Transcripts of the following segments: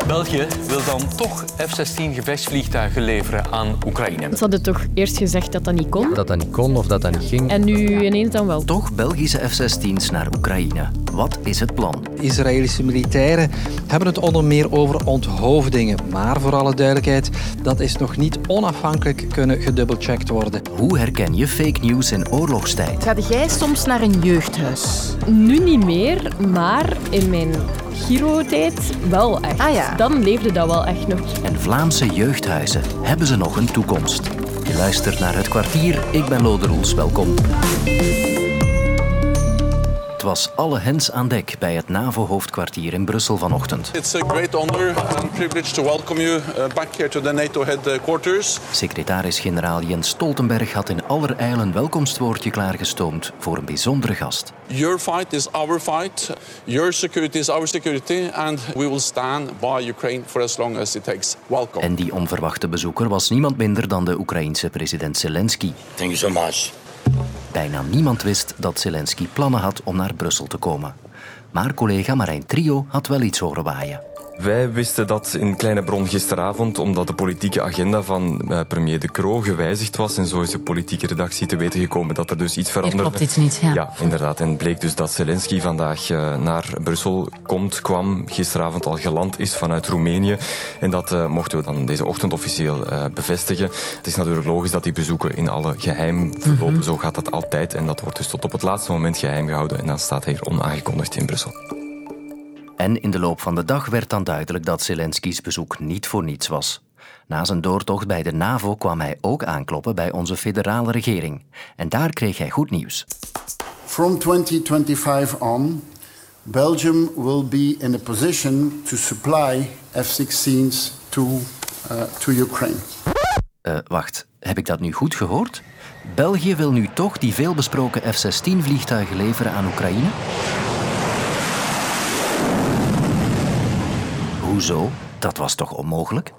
België wil dan toch F-16 gevechtsvliegtuigen leveren aan Oekraïne. Ze hadden toch eerst gezegd dat dat niet kon? Dat dat niet kon of dat dat niet ging. En nu ineens dan wel. Toch Belgische F-16's naar Oekraïne. Wat is het plan? Israëlische militairen hebben het onder meer over onthoofdingen. Maar voor alle duidelijkheid, dat is nog niet onafhankelijk kunnen gedubbelcheckt worden. Hoe herken je fake news in oorlogstijd? Ga jij soms naar een jeugdhuis? Nu niet meer, maar in mijn Giro-tijd wel echt. Ah ja. Dan leefde dat wel echt nog. En Vlaamse jeugdhuizen, hebben ze nog een toekomst? Je luistert naar Het Kwartier, ik ben Lode Roels, welkom. Het was alle hens aan dek bij het NAVO-hoofdkwartier in Brussel vanochtend. It's a great honor and privilege to welcome you back here to the NATO headquarters. Secretaris-generaal Jens Stoltenberg had in allerijl een welkomstwoordje klaargestoomd voor een bijzondere gast. Your fight is our fight. Your security is our security. And we will stand by Ukraine for as long as it takes. Welcome. En die onverwachte bezoeker was niemand minder dan de Oekraïense president Zelensky. Thank you so much. Bijna niemand wist dat Zelensky plannen had om naar Brussel te komen. Maar collega Marijn Trio had wel iets horen waaien. Wij wisten dat in Kleine Bron gisteravond, omdat de politieke agenda van premier De Croo gewijzigd was. En zo is de politieke redactie te weten gekomen dat er dus iets veranderde. Klopt iets niet, ja. Ja, inderdaad. En het bleek dus dat Zelensky vandaag naar Brussel kwam, gisteravond al geland is vanuit Roemenië. En dat mochten we dan deze ochtend officieel bevestigen. Het is natuurlijk logisch dat die bezoeken in alle geheim verlopen. Zo gaat dat altijd. En dat wordt dus tot op het laatste moment geheim gehouden. En dan staat hij hier onaangekondigd in Brussel. En in de loop van de dag werd dan duidelijk dat Zelensky's bezoek niet voor niets was. Na zijn doortocht bij de NAVO kwam hij ook aankloppen bij onze federale regering. En daar kreeg hij goed nieuws. From 2025 on, Belgium will be in a position to supply F-16s to Ukraine. Wacht, heb ik dat nu goed gehoord? België wil nu toch die veelbesproken F-16-vliegtuigen leveren aan Oekraïne? Hoezo? Dat was toch onmogelijk?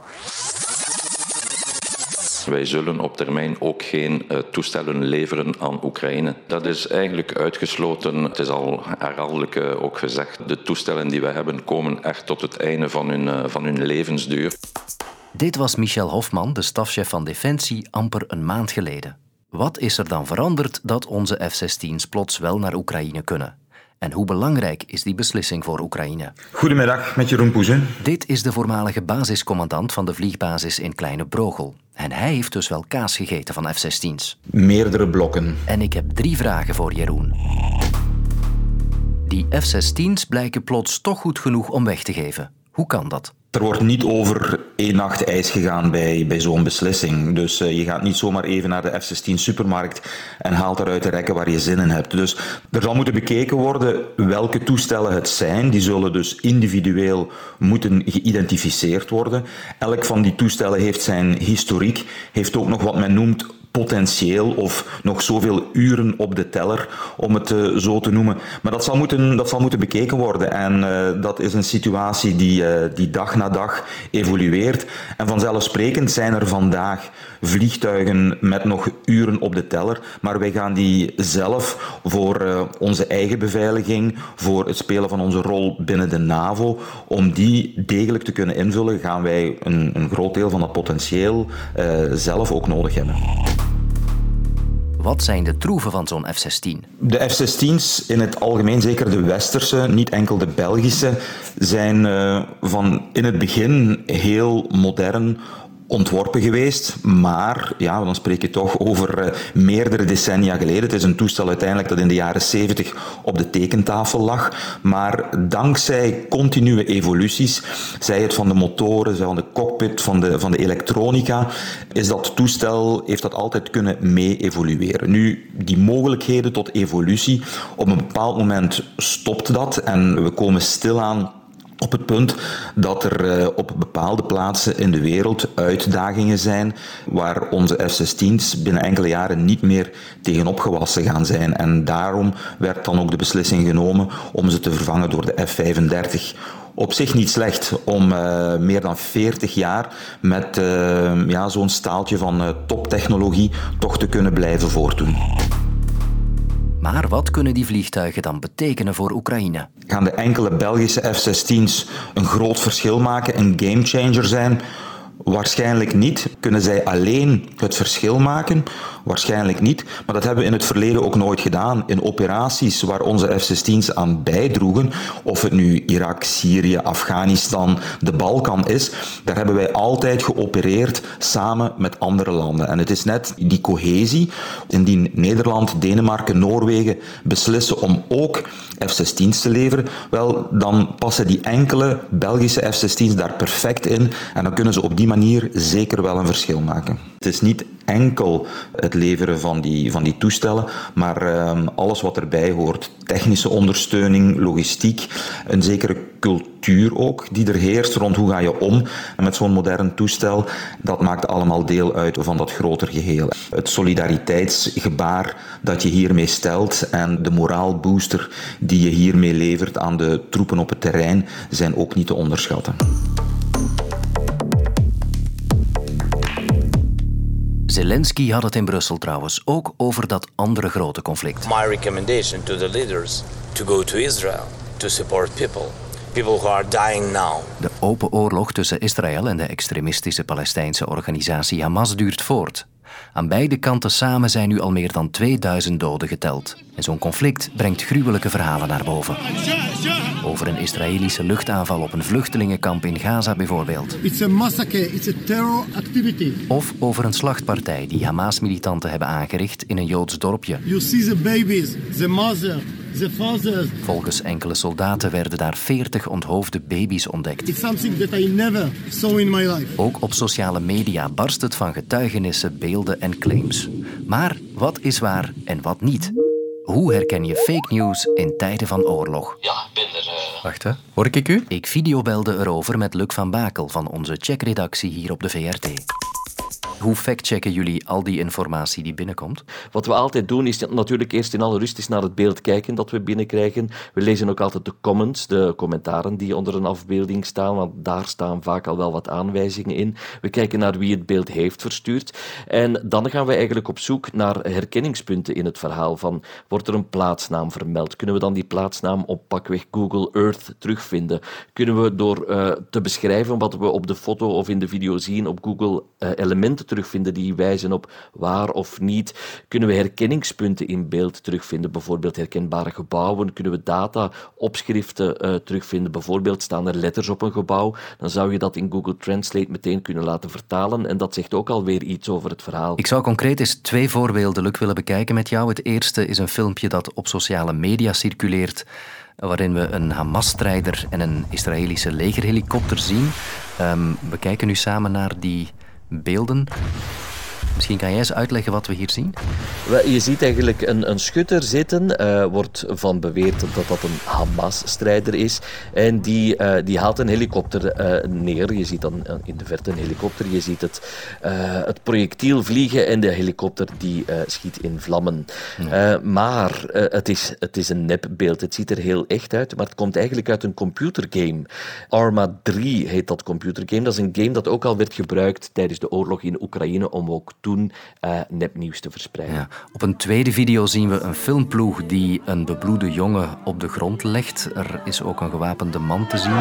Wij zullen op termijn ook geen toestellen leveren aan Oekraïne. Dat is eigenlijk uitgesloten. Het is al herhaaldelijk ook gezegd. De toestellen die wij hebben komen echt tot het einde van hun levensduur. Dit was Michel Hofman, de stafchef van Defensie, amper een maand geleden. Wat is er dan veranderd dat onze F-16's plots wel naar Oekraïne kunnen? En hoe belangrijk is die beslissing voor Oekraïne? Goedemiddag, met Jeroen Poeze. Dit is de voormalige basiscommandant van de vliegbasis in Kleine Brogel. En hij heeft dus wel kaas gegeten van F-16's. Meerdere blokken. En ik heb 3 vragen voor Jeroen. Die F-16's blijken plots toch goed genoeg om weg te geven. Hoe kan dat? Er wordt niet over 1 nacht ijs gegaan bij zo'n beslissing. Dus je gaat niet zomaar even naar de F-16 supermarkt en haalt eruit de rekken waar je zin in hebt. Dus er zal moeten bekeken worden welke toestellen het zijn. Die zullen dus individueel moeten geïdentificeerd worden. Elk van die toestellen heeft zijn historiek, heeft ook nog wat men noemt potentieel of nog zoveel uren op de teller, om het zo te noemen. Maar dat zal moeten bekeken worden. En dat is een situatie die dag na dag evolueert. En vanzelfsprekend zijn er vandaag vliegtuigen met nog uren op de teller. Maar wij gaan die zelf voor onze eigen beveiliging, voor het spelen van onze rol binnen de NAVO, om die degelijk te kunnen invullen, gaan wij een groot deel van dat potentieel zelf ook nodig hebben. Wat zijn de troeven van zo'n F-16? De F-16's in het algemeen, zeker de westerse, niet enkel de Belgische, zijn van in het begin heel modern ontworpen geweest, maar ja, dan spreek je toch over meerdere decennia geleden. Het is een toestel uiteindelijk dat in de jaren 70 op de tekentafel lag, maar dankzij continue evoluties, zij het van de motoren, zij van de cockpit, van de elektronica, is dat toestel, heeft dat altijd kunnen mee evolueren. Nu, die mogelijkheden tot evolutie, op een bepaald moment stopt dat en we komen stilaan op het punt dat er op bepaalde plaatsen in de wereld uitdagingen zijn waar onze F-16's binnen enkele jaren niet meer tegenop gewassen gaan zijn. En daarom werd dan ook de beslissing genomen om ze te vervangen door de F-35. Op zich niet slecht om meer dan 40 jaar met zo'n staaltje van toptechnologie toch te kunnen blijven voortdoen. Maar wat kunnen die vliegtuigen dan betekenen voor Oekraïne? Gaan de enkele Belgische F-16's een groot verschil maken, een gamechanger zijn? Waarschijnlijk niet. Kunnen zij alleen het verschil maken? Waarschijnlijk niet. Maar dat hebben we in het verleden ook nooit gedaan. In operaties waar onze F-16's aan bijdroegen, of het nu Irak, Syrië, Afghanistan, de Balkan is, daar hebben wij altijd geopereerd samen met andere landen. En het is net die cohesie. Indien Nederland, Denemarken, Noorwegen beslissen om ook F-16's te leveren, wel, dan passen die enkele Belgische F-16's daar perfect in en dan kunnen ze op die manier zeker wel een verschil maken. Het is niet enkel het leveren van die toestellen, maar alles wat erbij hoort. Technische ondersteuning, logistiek, een zekere cultuur ook die er heerst rond hoe ga je om met zo'n modern toestel. Dat maakt allemaal deel uit van dat groter geheel. Het solidariteitsgebaar dat je hiermee stelt en de moraalbooster die je hiermee levert aan de troepen op het terrein zijn ook niet te onderschatten. Zelensky had het in Brussel trouwens ook over dat andere grote conflict. My recommendation to the leaders to go to Israel to support people who are dying now. De open oorlog tussen Israël en de extremistische Palestijnse organisatie Hamas duurt voort. Aan beide kanten samen zijn nu al meer dan 2000 doden geteld. En zo'n conflict brengt gruwelijke verhalen naar boven. Over een Israëlische luchtaanval op een vluchtelingenkamp in Gaza bijvoorbeeld. It's a massacre, it's a terror activity. Of over een slachtpartij die Hamas-militanten hebben aangericht in een Joods dorpje. You see the babies, the mother, the fathers. Volgens enkele soldaten werden daar 40 onthoofde baby's ontdekt. It's something that I never saw in my life. Ook op sociale media barst het van getuigenissen, beelden en claims. Maar wat is waar en wat niet? Hoe herken je fake news in tijden van oorlog? Ja, ik ben er. Wacht, hè. Hoor ik u? Ik videobelde erover met Luc van Bakel van onze checkredactie hier op de VRT. Hoe factchecken jullie al die informatie die binnenkomt? Wat we altijd doen is natuurlijk eerst in alle rust eens naar het beeld kijken dat we binnenkrijgen. We lezen ook altijd de comments, de commentaren die onder een afbeelding staan, want daar staan vaak al wel wat aanwijzingen in. We kijken naar wie het beeld heeft verstuurd. En dan gaan we eigenlijk op zoek naar herkenningspunten in het verhaal. Van, wordt er een plaatsnaam vermeld? Kunnen we dan die plaatsnaam op pakweg Google Earth terugvinden? Kunnen we door te beschrijven wat we op de foto of in de video zien op Google elementen terugvinden die wijzen op waar of niet. Kunnen we herkenningspunten in beeld terugvinden, bijvoorbeeld herkenbare gebouwen. Kunnen we data, opschriften terugvinden. Bijvoorbeeld staan er letters op een gebouw. Dan zou je dat in Google Translate meteen kunnen laten vertalen en dat zegt ook alweer iets over het verhaal. Ik zou concreet eens 2 voorbeelden, Luc, willen bekijken met jou. Het eerste is een filmpje dat op sociale media circuleert, waarin we een Hamas-strijder en een Israëlische legerhelikopter zien. We kijken nu samen naar die beelden. Misschien kan jij eens uitleggen wat we hier zien? Je ziet eigenlijk een schutter zitten. Wordt van beweerd dat dat een Hamas-strijder is. En die haalt een helikopter neer. Je ziet dan in de verte een helikopter. Je ziet het projectiel vliegen en de helikopter die schiet in vlammen. Ja. Maar het is een nepbeeld. Het ziet er heel echt uit, maar het komt eigenlijk uit een computergame. Arma 3 heet dat computergame. Dat is een game dat ook al werd gebruikt tijdens de oorlog in Oekraïne om ook toen nepnieuws te verspreiden. Ja. Op een tweede video zien we een filmploeg die een bebloede jongen op de grond legt. Er is ook een gewapende man te zien.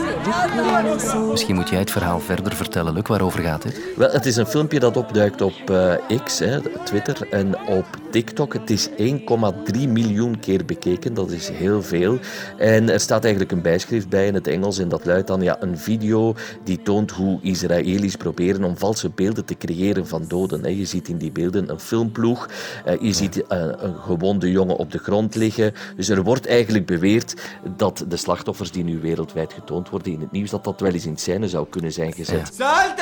Misschien moet jij het verhaal verder vertellen, Luc. Waarover gaat dit? Wel, het is een filmpje dat opduikt op X, Twitter, en op TikTok. Het is 1,3 miljoen keer bekeken. Dat is heel veel. En er staat eigenlijk een bijschrift bij in het Engels en dat luidt dan een video die toont hoe Israëli's proberen om valse beelden te creëren van doden. Je ziet in die beelden een filmploeg. Je ziet een gewonde jongen op de grond liggen. Dus er wordt eigenlijk beweerd dat de slachtoffers die nu wereldwijd getoond worden in het nieuws, dat wel eens in scène zou kunnen zijn gezet.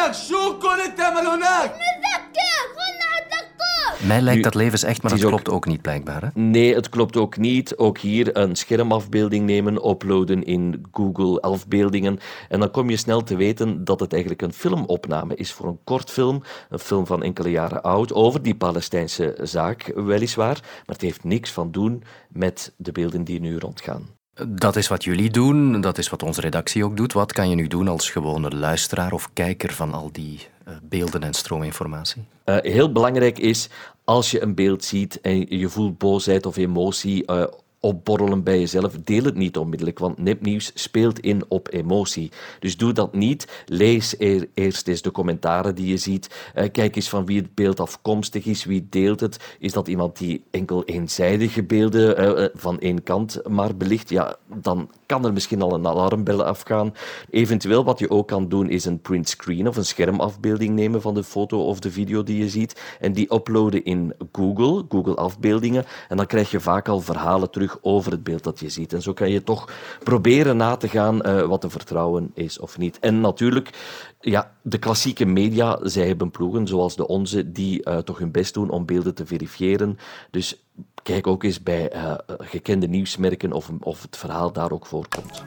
Mij lijkt dat levensecht, maar dat klopt ook niet blijkbaar. Hè? Nee, het klopt ook niet. Ook hier een schermafbeelding nemen, uploaden in Google afbeeldingen. En dan kom je snel te weten dat het eigenlijk een filmopname is voor een kortfilm. Een film van enkele jaren oud, over die Palestijnse zaak weliswaar. Maar het heeft niks van doen met de beelden die nu rondgaan. Dat is wat jullie doen, dat is wat onze redactie ook doet. Wat kan je nu doen als gewone luisteraar of kijker van al die beelden en stroominformatie? Heel belangrijk is, als je een beeld ziet en je voelt boosheid of emotie opborrelen bij jezelf, deel het niet onmiddellijk, want nepnieuws speelt in op emotie. Dus doe dat niet. Lees eerst eens de commentaren die je ziet. Kijk eens van wie het beeld afkomstig is, wie deelt het. Is dat iemand die enkel eenzijdige beelden van één kant maar belicht? Ja, dan kan er misschien al een alarmbel afgaan. Eventueel wat je ook kan doen is een printscreen of een schermafbeelding nemen van de foto of de video die je ziet en die uploaden in Google afbeeldingen, en dan krijg je vaak al verhalen terug over het beeld dat je ziet. En zo kan je toch proberen na te gaan wat te vertrouwen is of niet. En natuurlijk, ja, de klassieke media, zij hebben ploegen zoals de onze die toch hun best doen om beelden te verifiëren. Dus kijk ook eens bij gekende nieuwsmerken of het verhaal daar ook voorkomt.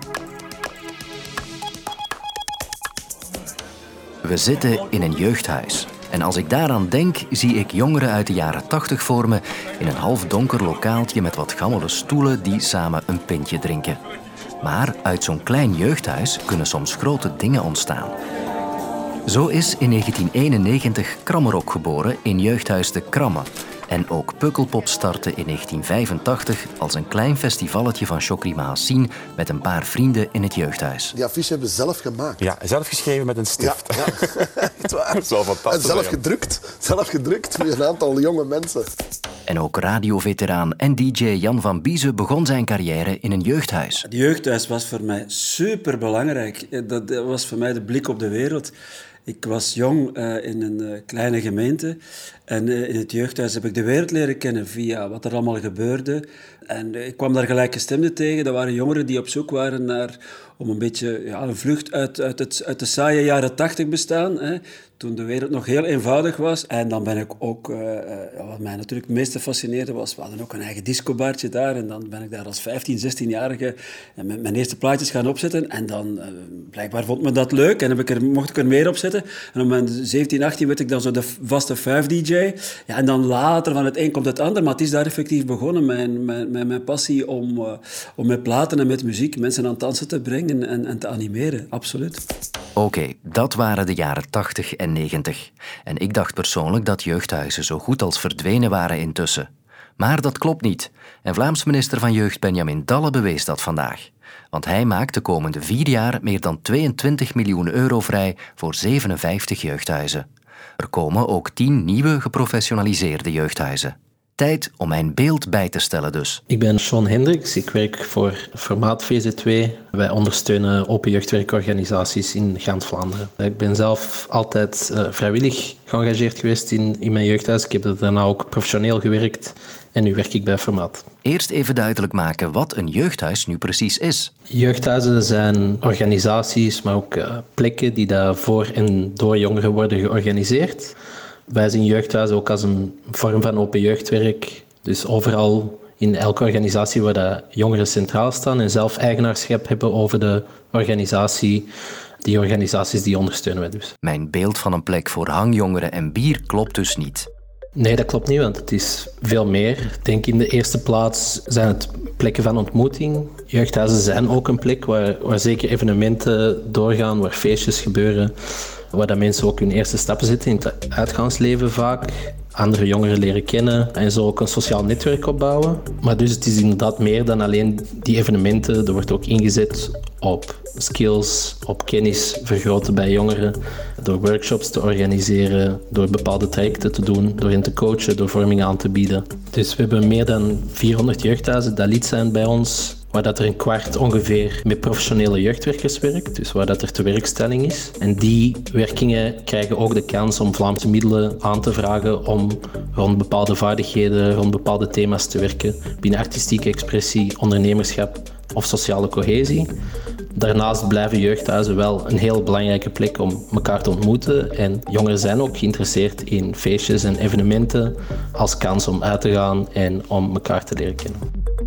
We zitten in een jeugdhuis. En als ik daaraan denk, zie ik jongeren uit de jaren 80 voor me in een halfdonker lokaaltje met wat gammele stoelen die samen een pintje drinken. Maar uit zo'n klein jeugdhuis kunnen soms grote dingen ontstaan. Zo is in 1991 Krammerok geboren in jeugdhuis De Kramme. En ook Pukkelpop startte in 1985 als een klein festivalletje van Chokri Mahassine met een paar vrienden in het jeugdhuis. Die affiche hebben we zelf gemaakt. Ja, zelf geschreven met een stift. Ja. Echt waar. Dat is wel fantastisch. En zelf gedrukt met een aantal jonge mensen. En ook radioveteraan en DJ Jan van Biezen begon zijn carrière in een jeugdhuis. Het jeugdhuis was voor mij superbelangrijk. Dat was voor mij de blik op de wereld. Ik was jong in een kleine gemeente en in het jeugdhuis heb ik de wereld leren kennen via wat er allemaal gebeurde. En ik kwam daar gelijkgestemden tegen. Dat waren jongeren die op zoek waren om een beetje een vlucht uit de saaie jaren 80 bestaan. Hè, toen de wereld nog heel eenvoudig was. En dan ben ik ook, wat mij natuurlijk het meeste fascineerde was, we hadden ook een eigen discobaartje daar. En dan ben ik daar als 15, 16-jarige met mijn eerste plaatjes gaan opzetten. En dan, blijkbaar vond men dat leuk en mocht ik er meer opzetten. En op mijn 17, 18 werd ik dan zo de vaste 5-DJ. Ja, en dan later van het een komt het ander. Maar het is daar effectief begonnen, mijn passie om met platen en met muziek mensen aan het dansen te brengen en te animeren. Absoluut. Oké, dat waren de jaren 80 en 90. En ik dacht persoonlijk dat jeugdhuizen zo goed als verdwenen waren intussen. Maar dat klopt niet. En Vlaams minister van Jeugd Benjamin Dalle bewees dat vandaag. Want hij maakt de komende 4 jaar meer dan 22 miljoen euro vrij voor 57 jeugdhuizen. Er komen ook 10 nieuwe geprofessionaliseerde jeugdhuizen. Tijd om mijn beeld bij te stellen dus. Ik ben Sean Hendricks, ik werk voor Formaat VZ2. Wij ondersteunen open jeugdwerkorganisaties in Gent-Vlaanderen. Ik ben zelf altijd vrijwillig geëngageerd geweest in mijn jeugdhuis. Ik heb er daarna ook professioneel gewerkt en nu werk ik bij Formaat. Eerst even duidelijk maken wat een jeugdhuis nu precies is. Jeugdhuizen zijn organisaties, maar ook plekken die daar voor en door jongeren worden georganiseerd. Wij zien jeugdhuizen ook als een vorm van open jeugdwerk. Dus overal in elke organisatie waar de jongeren centraal staan en zelf eigenaarschap hebben over de organisatie. Die organisaties die ondersteunen wij dus. Mijn beeld van een plek voor hangjongeren en bier klopt dus niet. Nee, dat klopt niet, want het is veel meer. Ik denk in de eerste plaats zijn het plekken van ontmoeting. Jeugdhuizen zijn ook een plek waar zeker evenementen doorgaan, waar feestjes gebeuren. Waar dat mensen ook hun eerste stappen zetten in het uitgaansleven vaak. Andere jongeren leren kennen en zo ook een sociaal netwerk opbouwen. Maar dus het is inderdaad meer dan alleen die evenementen. Er wordt ook ingezet op skills, op kennis vergroten bij jongeren. Door workshops te organiseren, door bepaalde trajecten te doen, door hen te coachen, door vorming aan te bieden. Dus we hebben meer dan 400 jeugdhuizen dat lid zijn bij ons. Waar dat er een kwart ongeveer met professionele jeugdwerkers werkt, dus waar dat er tewerkstelling is. En die werkingen krijgen ook de kans om Vlaamse middelen aan te vragen om rond bepaalde vaardigheden, rond bepaalde thema's te werken, binnen artistieke expressie, ondernemerschap of sociale cohesie. Daarnaast blijven jeugdhuizen wel een heel belangrijke plek om elkaar te ontmoeten. En jongeren zijn ook geïnteresseerd in feestjes en evenementen als kans om uit te gaan en om elkaar te leren kennen.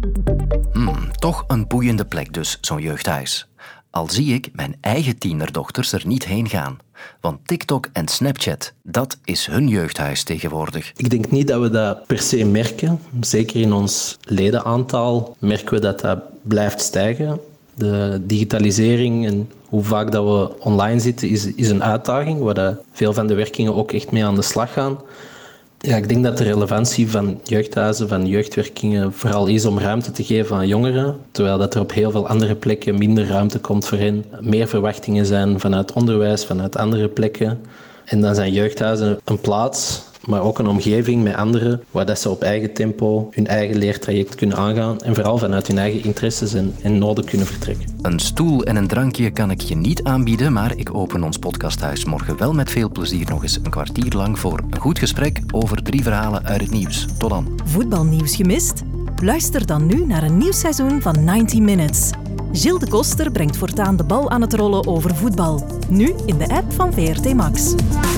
Toch een boeiende plek dus, zo'n jeugdhuis. Al zie ik mijn eigen tienerdochters er niet heen gaan. Want TikTok en Snapchat, dat is hun jeugdhuis tegenwoordig. Ik denk niet dat we dat per se merken. Zeker in ons ledenaantal merken we dat dat blijft stijgen. De digitalisering en hoe vaak dat we online zitten is een uitdaging, waar veel van de werkingen ook echt mee aan de slag gaan. Ja, ik denk dat de relevantie van jeugdhuizen, van jeugdwerkingen, vooral is om ruimte te geven aan jongeren, terwijl dat er op heel veel andere plekken minder ruimte komt voor hen. Meer verwachtingen zijn vanuit onderwijs, vanuit andere plekken. En dan zijn jeugdhuizen een plaats, maar ook een omgeving met anderen, waar dat ze op eigen tempo hun eigen leertraject kunnen aangaan en vooral vanuit hun eigen interesses en noden kunnen vertrekken. Een stoel en een drankje kan ik je niet aanbieden, maar ik open ons podcasthuis morgen wel met veel plezier nog eens een kwartier lang voor een goed gesprek over 3 verhalen uit het nieuws. Tot dan. Voetbalnieuws gemist? Luister dan nu naar een nieuw seizoen van 90 Minutes. Gilles de Koster brengt voortaan de bal aan het rollen over voetbal. Nu in de app van VRT Max.